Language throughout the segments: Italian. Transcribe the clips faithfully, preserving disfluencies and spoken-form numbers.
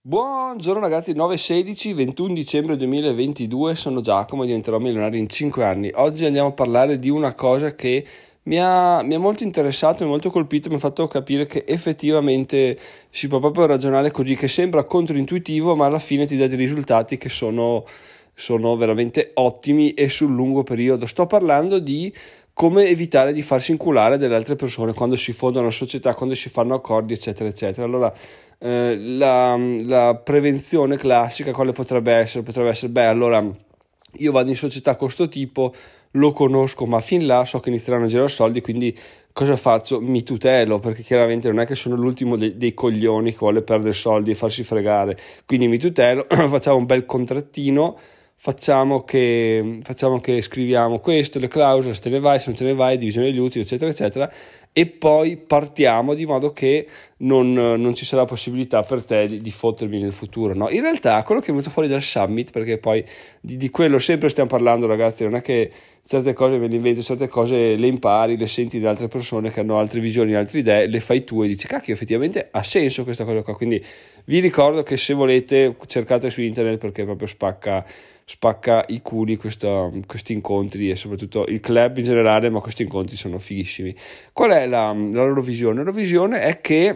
Buongiorno ragazzi, nove sedici, ventuno dicembre duemilaventidue, sono Giacomo e diventerò milionario in cinque anni. Oggi andiamo a parlare di una cosa che mi ha, mi ha molto interessato, mi ha molto colpito, mi ha fatto capire che effettivamente si può proprio ragionare così, che sembra controintuitivo, ma alla fine ti dà dei risultati che sono, sono veramente ottimi e sul lungo periodo. Sto parlando di come evitare di farsi inculare dalle altre persone quando si fonda una società, quando si fanno accordi, eccetera, eccetera. Allora, eh, la, la prevenzione classica, quale potrebbe essere? Potrebbe essere, beh, allora io vado in società con questo tipo, lo conosco, ma fin là so che inizieranno a girare soldi, quindi cosa faccio? Mi tutelo, perché chiaramente non è che sono l'ultimo dei, dei coglioni che vuole perdere soldi e farsi fregare, quindi mi tutelo, facciamo un bel contrattino. Facciamo che, facciamo che scriviamo questo, le clausole, se te ne vai, se non te ne vai, divisione degli utili, eccetera, eccetera, e poi partiamo di modo che non, non ci sarà possibilità per te di, di fottermi nel futuro, no? In realtà quello che è venuto fuori dal summit, perché poi di, di quello sempre stiamo parlando, ragazzi, non è che certe cose me le invento, certe cose le impari, le senti da altre persone che hanno altre visioni, altre idee, le fai tu e dici, cacchio, effettivamente ha senso questa cosa qua, quindi vi ricordo che se volete cercate su internet perché proprio spacca spacca i culi questo, questi incontri e soprattutto il club in generale, ma questi incontri sono fighissimi. Qual è la, la loro visione? La loro visione è che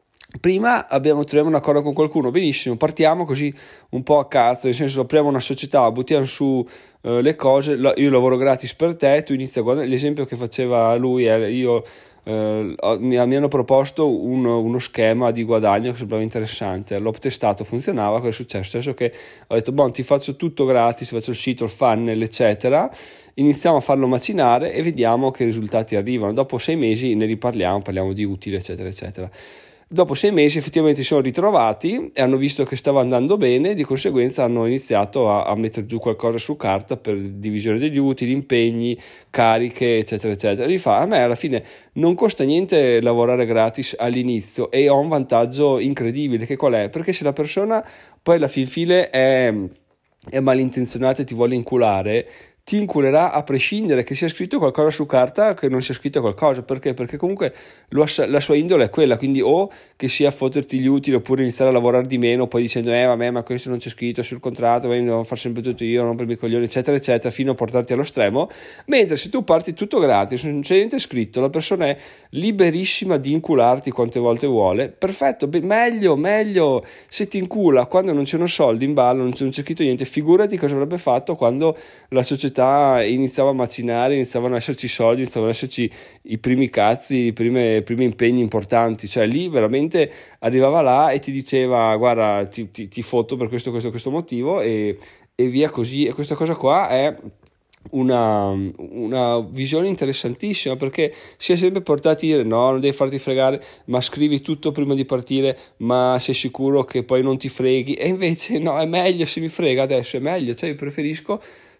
prima abbiamo, troviamo un accordo con qualcuno, benissimo, partiamo così un po' a cazzo, nel senso apriamo una società, buttiamo su uh, le cose, io lavoro gratis per te, tu inizi a guardare, l'esempio che faceva lui è io Uh, mi, mi hanno proposto un, uno schema di guadagno che sembrava interessante, l'ho testato, funzionava. Cosa è successo? Adesso che ho detto, boh, ti faccio tutto gratis, faccio il sito, il funnel, eccetera, iniziamo a farlo macinare e vediamo che risultati arrivano. Dopo sei mesi ne riparliamo, parliamo di utile, eccetera, eccetera. Dopo sei mesi effettivamente si sono ritrovati e hanno visto che stava andando bene, di conseguenza hanno iniziato a, a mettere giù qualcosa su carta per divisione degli utili, impegni, cariche, eccetera, eccetera. Gli fa, a me alla fine non costa niente lavorare gratis all'inizio e ho un vantaggio incredibile, che qual è? Perché se la persona poi alla fin fine è, è malintenzionata e ti vuole inculare, ti inculerà a prescindere che sia scritto qualcosa su carta o che non sia scritto qualcosa. Perché? Perché comunque lo, la sua indole è quella, quindi o che sia fotterti gli utili oppure iniziare a lavorare di meno, poi dicendo eh vabbè ma questo non c'è scritto sul contratto, ma devo fare sempre tutto io, non per i coglioni, eccetera eccetera, fino a portarti allo stremo. Mentre se tu parti tutto gratis, non c'è niente scritto, la persona è liberissima di incularti quante volte vuole, perfetto, be- meglio, meglio. Se ti incula quando non c'erano soldi in ballo, non c'è, non c'è scritto niente, figurati cosa avrebbe fatto quando la società iniziava a macinare, iniziavano ad esserci soldi, iniziavano ad esserci i primi cazzi, i primi, i primi impegni importanti, cioè lì veramente arrivava là e ti diceva guarda ti, ti, ti foto per questo, questo, questo motivo e, e via così. E questa cosa qua è una, una visione interessantissima, perché si è sempre portati a dire no, non devi farti fregare, ma scrivi tutto prima di partire, ma sei sicuro che poi non ti freghi? E invece no, è meglio, se mi frega adesso è meglio, cioè io preferisco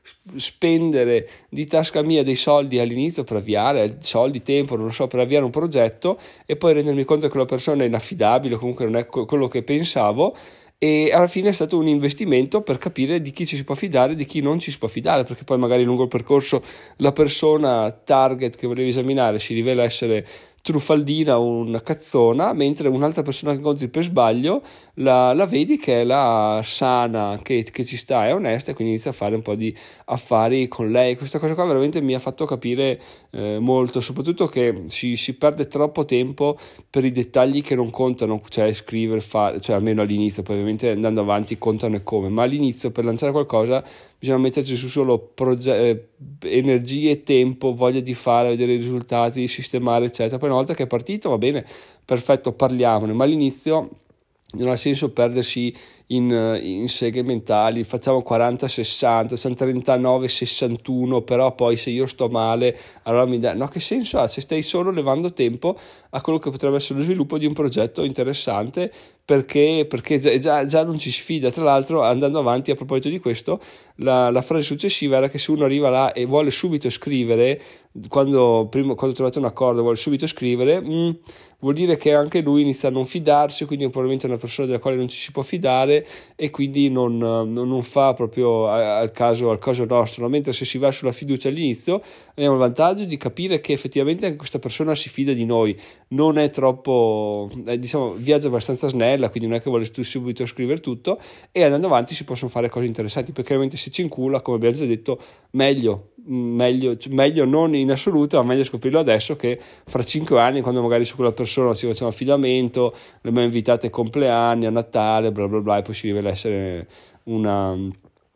spendere di tasca mia dei soldi all'inizio per avviare soldi, tempo, non lo so, per avviare un progetto e poi rendermi conto che la persona è inaffidabile, comunque non è quello che pensavo, e alla fine è stato un investimento per capire di chi ci si può fidare e di chi non ci si può fidare, perché poi magari lungo il percorso la persona target che volevi esaminare si rivela essere truffaldina o una cazzona, mentre un'altra persona che incontri per sbaglio la, la vedi che è la sana, che, che ci sta, è onesta, e quindi inizia a fare un po' di affari con lei. Questa cosa qua veramente mi ha fatto capire eh, molto, soprattutto che si, si perde troppo tempo per i dettagli che non contano, cioè scrivere, fare, cioè almeno all'inizio, poi ovviamente andando avanti contano e come, ma all'inizio per lanciare qualcosa bisogna metterci su solo proge- eh, energie, tempo, voglia di fare, vedere i risultati, sistemare, eccetera. Poi una volta che è partito va bene, perfetto, parliamone, ma all'inizio non ha senso perdersi in, in seghe mentali, facciamo quaranta sessanta, trentanove sessantuno, però poi se io sto male allora mi dai, no, che senso ha se stai solo levando tempo a quello che potrebbe essere lo sviluppo di un progetto interessante, perché, perché già, già non ci si fida. Tra l'altro, andando avanti, a proposito di questo, la, la frase successiva era che se uno arriva là e vuole subito scrivere, quando, prima, quando trovate un accordo vuole subito scrivere, mh, vuol dire che anche lui inizia a non fidarsi, quindi probabilmente è una persona della quale non ci si può fidare e quindi non, non, non fa proprio al caso, al caso nostro, no? Mentre se si va sulla fiducia all'inizio abbiamo il vantaggio di capire che effettivamente anche questa persona si fida di noi, non è troppo, eh, diciamo, viaggia abbastanza snello, snella, quindi non è che vuole tu subito scrivere tutto, e andando avanti si possono fare cose interessanti, perché chiaramente se ci incula, come abbiamo già detto, meglio, meglio, cioè meglio non in assoluto, ma meglio scoprirlo adesso che fra cinque anni, quando magari su quella persona si faceva affidamento, le abbiamo invitate ai compleanni, a Natale, bla bla bla, e poi si rivela essere una, un,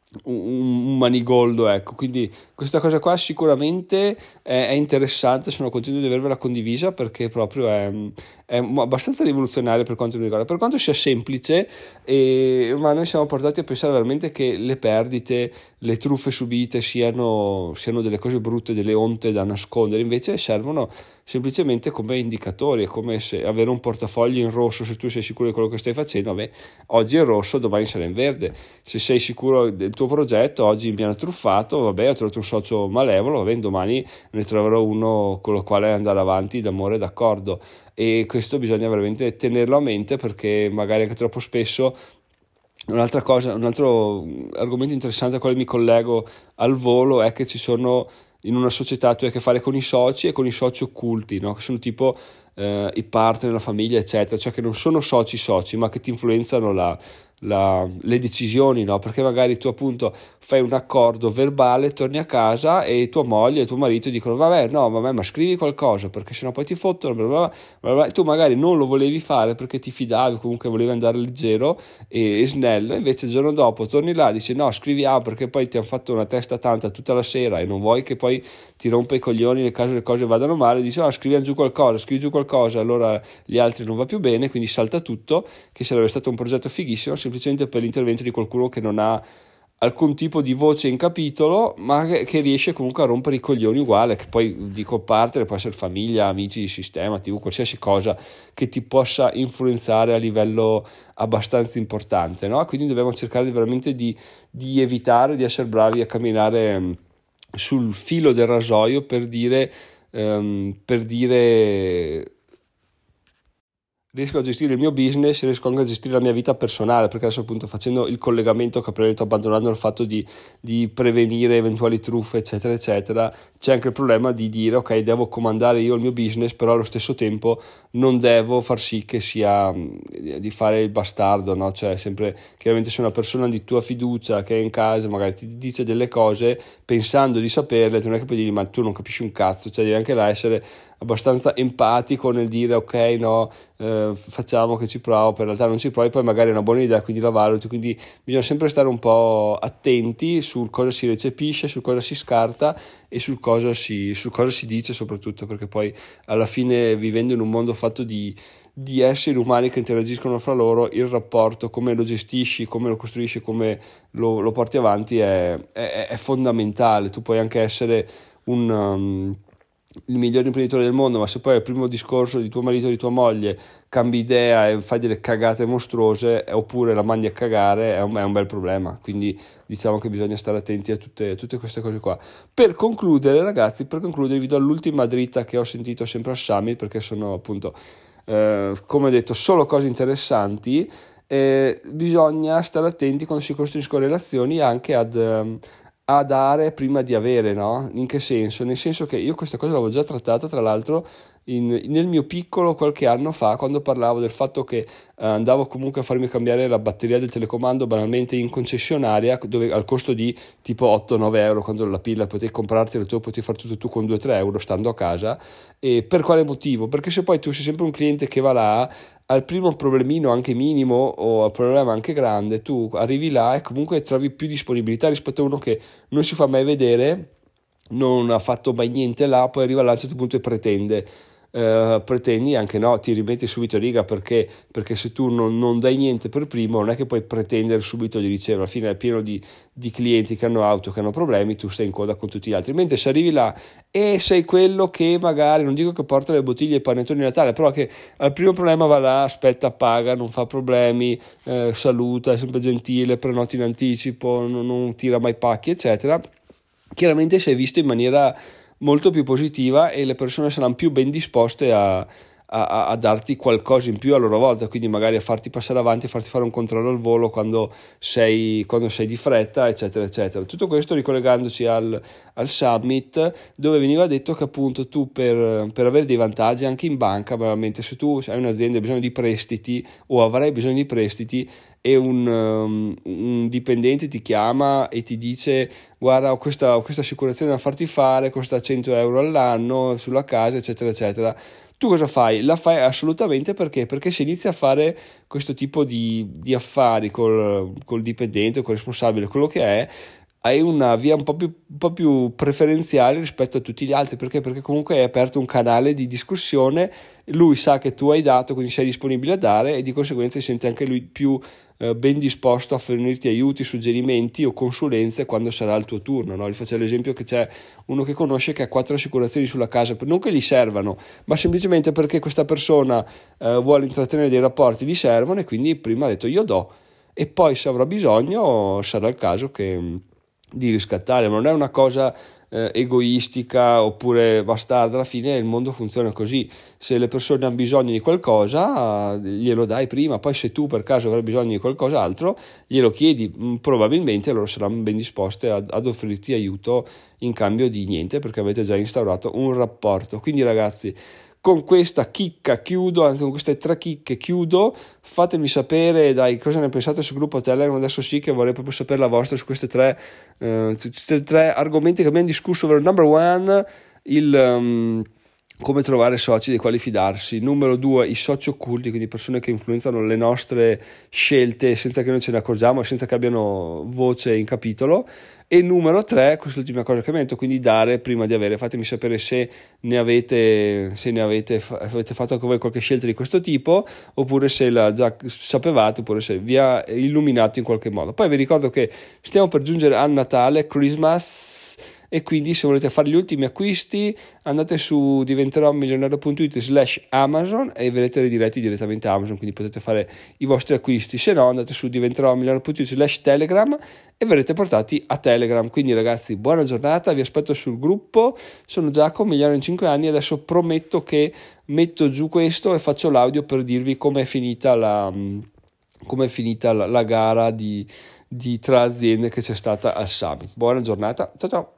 un manigoldo, ecco. Quindi questa cosa qua sicuramente è, è interessante, sono contento di avervela condivisa, perché proprio è, è abbastanza rivoluzionaria per quanto mi riguarda, per quanto sia semplice, e, ma noi siamo portati a pensare veramente che le perdite, le truffe subite siano, siano delle cose brutte, delle onte da nascondere, invece servono semplicemente come indicatori. È come se avere un portafoglio in rosso, se tu sei sicuro di quello che stai facendo, vabbè, oggi è rosso, domani sarà in verde. Se sei sicuro del tuo progetto, oggi mi hanno truffato, vabbè, ho trovato un socio malevolo, vabbè, domani ne troverò uno con lo quale andare avanti d'amore e d'accordo. E questo bisogna veramente tenerlo a mente, perché magari anche troppo spesso. Un'altra cosa, un altro argomento interessante al quale mi collego al volo è che ci sono in una società, tu hai a che fare con i soci e con i soci occulti, no? Che sono tipo eh, i partner, la famiglia, eccetera, cioè che non sono soci soci, ma che ti influenzano la, la, le decisioni, no? Perché magari tu appunto fai un accordo verbale, torni a casa e tua moglie e tuo marito dicono vabbè, no, vabbè, ma scrivi qualcosa, perché sennò poi ti fottono, bla bla bla bla. Tu magari non lo volevi fare perché ti fidavi, comunque volevi andare leggero e, e snello, invece il giorno dopo torni là e dici no, scriviamo, perché poi ti hanno fatto una testa tanta tutta la sera e non vuoi che poi ti rompa i coglioni nel caso le cose vadano male, dici ah, scriviamo giù qualcosa, scrivi giù qualcosa, allora gli altri non va più bene, quindi salta tutto, che sarebbe stato un progetto fighissimo, semplicemente per l'intervento di qualcuno che non ha alcun tipo di voce in capitolo, ma che, che riesce comunque a rompere i coglioni uguale, che poi dico partner, può essere famiglia, amici, sistema, tivù, qualsiasi cosa che ti possa influenzare a livello abbastanza importante, no? Quindi dobbiamo cercare veramente di, di evitare, di essere bravi a camminare sul filo del rasoio, per dire, um, per dire riesco a gestire il mio business, riesco anche a gestire la mia vita personale, perché adesso appunto facendo il collegamento che ho detto, abbandonando il fatto di, di prevenire eventuali truffe eccetera eccetera, c'è anche il problema di dire ok, devo comandare io il mio business, però allo stesso tempo non devo far sì che sia di fare il bastardo, no? Cioè sempre, chiaramente se una persona di tua fiducia che è in casa magari ti dice delle cose pensando di saperle, tu non è che puoi dire ma tu non capisci un cazzo, cioè devi anche là essere abbastanza empatico nel dire ok, no, eh, facciamo che ci provo, per realtà non ci provi, poi magari è una buona idea, quindi la valuti, quindi bisogna sempre stare un po' attenti sul cosa si recepisce, su cosa si scarta e sul cosa si, su cosa si dice soprattutto, perché poi alla fine, vivendo in un mondo fatto di di esseri umani che interagiscono fra loro, il rapporto, come lo gestisci, come lo costruisci, come lo, lo porti avanti è, è, è fondamentale. Tu puoi anche essere un um, il miglior imprenditore del mondo, ma se poi al primo discorso di tuo marito o di tua moglie cambi idea e fai delle cagate mostruose, oppure la mandi a cagare, è un, è un bel problema. Quindi diciamo che bisogna stare attenti a tutte, tutte queste cose qua. Per concludere ragazzi, per concludere vi do l'ultima dritta che ho sentito sempre al Summit, perché sono appunto eh, come ho detto solo cose interessanti. Eh, bisogna stare attenti quando si costruiscono relazioni anche ad um, a dare prima di avere, no? In che senso? Nel senso che io questa cosa l'avevo già trattata, tra l'altro, in, nel mio piccolo qualche anno fa, quando parlavo del fatto che eh, andavo comunque a farmi cambiare la batteria del telecomando banalmente in concessionaria, dove al costo di tipo otto nove euro, quando la pila potevi comprarti, tu potevi fare tutto tu con due tre euro stando a casa. E per quale motivo? Perché se poi tu sei sempre un cliente che va là, al primo problemino anche minimo o al problema anche grande, tu arrivi là e comunque trovi più disponibilità rispetto a uno che non si fa mai vedere, non ha fatto mai niente là, poi arriva là a un certo punto e pretende. Uh, pretendi anche no, ti rimetti subito a riga, perché perché se tu non, non dai niente per primo, non è che puoi pretendere subito di ricevere. Alla fine è pieno di, di clienti che hanno auto, che hanno problemi, tu stai in coda con tutti gli altri, mentre se arrivi là e sei quello che magari, non dico che porta le bottiglie e i panettoni di Natale, però che al primo problema va là, aspetta, paga, non fa problemi, eh, saluta, è sempre gentile, prenota in anticipo, non, non tira mai pacchi eccetera, chiaramente sei visto in maniera molto più positiva e le persone saranno più ben disposte a, a, a, a darti qualcosa in più a loro volta, quindi magari a farti passare avanti, a farti fare un controllo al volo quando sei, quando sei di fretta, eccetera, eccetera. Tutto questo ricollegandoci al, al summit, dove veniva detto che appunto tu per, per avere dei vantaggi anche in banca, veramente, se tu hai un'azienda e hai bisogno di prestiti o avrai bisogno di prestiti e un, um, un dipendente ti chiama e ti dice guarda ho questa, ho questa assicurazione da farti fare, costa cento euro all'anno sulla casa, eccetera, eccetera. Tu cosa fai? La fai assolutamente perché? Perché se inizi a fare questo tipo di, di affari col, col dipendente, col responsabile, quello che è, hai una via un po' più, un po' più preferenziale rispetto a tutti gli altri. Perché? Perché comunque hai aperto un canale di discussione, lui sa che tu hai dato, quindi sei disponibile a dare e di conseguenza si sente anche lui più eh, ben disposto a fornirti aiuti, suggerimenti o consulenze quando sarà il tuo turno, no? Gli faccio l'esempio che c'è uno che conosce che ha quattro assicurazioni sulla casa, non che gli servano, ma semplicemente perché questa persona eh, vuole intrattenere dei rapporti, gli servono e quindi prima ha detto io do e poi se avrà bisogno sarà il caso che di riscattare, ma non è una cosa eh, egoistica oppure bastarda. Alla fine il mondo funziona così: se le persone hanno bisogno di qualcosa glielo dai prima, poi se tu per caso avrai bisogno di qualcos'altro glielo chiedi, probabilmente loro saranno ben disposte ad, ad offrirti aiuto in cambio di niente, perché avete già instaurato un rapporto. Quindi ragazzi, con questa chicca chiudo, anzi con queste tre chicche chiudo. Fatemi sapere dai cosa ne pensate sul gruppo Telegram, adesso sì che vorrei proprio sapere la vostra su queste tre, eh, tutte tre argomenti che abbiamo discusso, ovvero number one, il um, come trovare soci dei quali fidarsi, numero due i soci occulti, quindi persone che influenzano le nostre scelte senza che noi ce ne accorgiamo e senza che abbiano voce in capitolo, e numero tre, questa è l'ultima cosa che metto, quindi dare prima di avere. Fatemi sapere se ne avete se ne avete, avete fatto anche voi qualche scelta di questo tipo, oppure se la già sapevate, oppure se vi ha illuminato in qualche modo. Poi vi ricordo che stiamo per giungere a Natale, Christmas, e quindi se volete fare gli ultimi acquisti andate su diventerò milionario punto it slash Amazon e verrete ridiretti direttamente a Amazon, quindi potete fare i vostri acquisti. Se no andate su diventerò milionario punto it slash Telegram e verrete portati a Telegram. Quindi ragazzi, buona giornata, vi aspetto sul gruppo. Sono Giacomo, migliore in cinque anni. Adesso prometto che metto giù questo e faccio l'audio per dirvi com'è finita la com'è finita la, la gara di, di tra aziende che c'è stata al Summit. Buona giornata, ciao ciao.